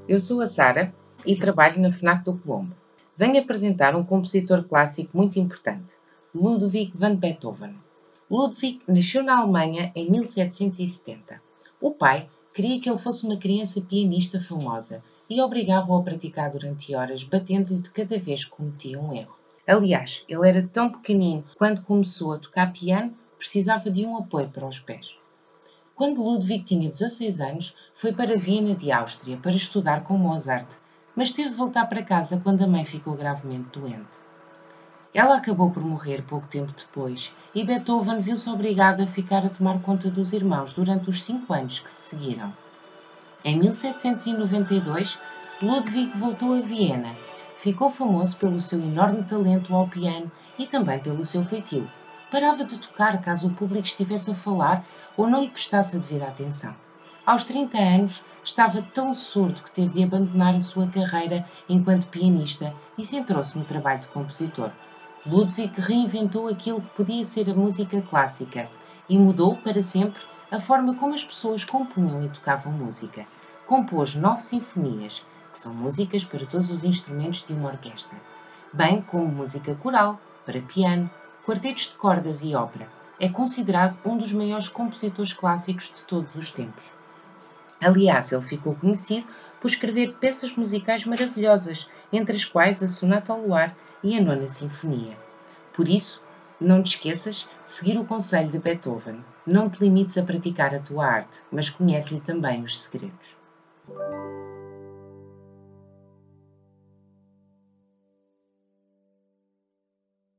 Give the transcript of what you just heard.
Eu sou a Sara e trabalho na FNAC do Colombo. Venho apresentar um compositor clássico muito importante, Ludwig van Beethoven. Ludwig nasceu na Alemanha em 1770. O pai queria que ele fosse uma criança pianista famosa e obrigava-o a praticar durante horas, batendo-lhe de cada vez que cometia um erro. Aliás, ele era tão pequenino que quando começou a tocar piano, precisava de um apoio para os pés. Quando Ludwig tinha 16 anos, foi para Viena de Áustria para estudar com Mozart, mas teve de voltar para casa quando a mãe ficou gravemente doente. Ela acabou por morrer pouco tempo depois e Beethoven viu-se obrigado a ficar a tomar conta dos irmãos durante os 5 anos que se seguiram. Em 1792, Ludwig voltou a Viena. Ficou famoso pelo seu enorme talento ao piano e também pelo seu feitio. Parava de tocar caso o público estivesse a falar ou não lhe prestasse a devida atenção. Aos 30 anos, estava tão surdo que teve de abandonar a sua carreira enquanto pianista e centrou-se no trabalho de compositor. Ludwig reinventou aquilo que podia ser a música clássica e mudou para sempre a forma como as pessoas compunham e tocavam música. Compôs 9 sinfonias, que são músicas para todos os instrumentos de uma orquestra, bem como música coral, para piano, quartetos de cordas e ópera. É considerado um dos maiores compositores clássicos de todos os tempos. Aliás, ele ficou conhecido por escrever peças musicais maravilhosas, entre as quais a Sonata ao Luar e a Nona Sinfonia. Por isso, não te esqueças de seguir o conselho de Beethoven. Não te limites a praticar a tua arte, mas conhece-lhe também os segredos.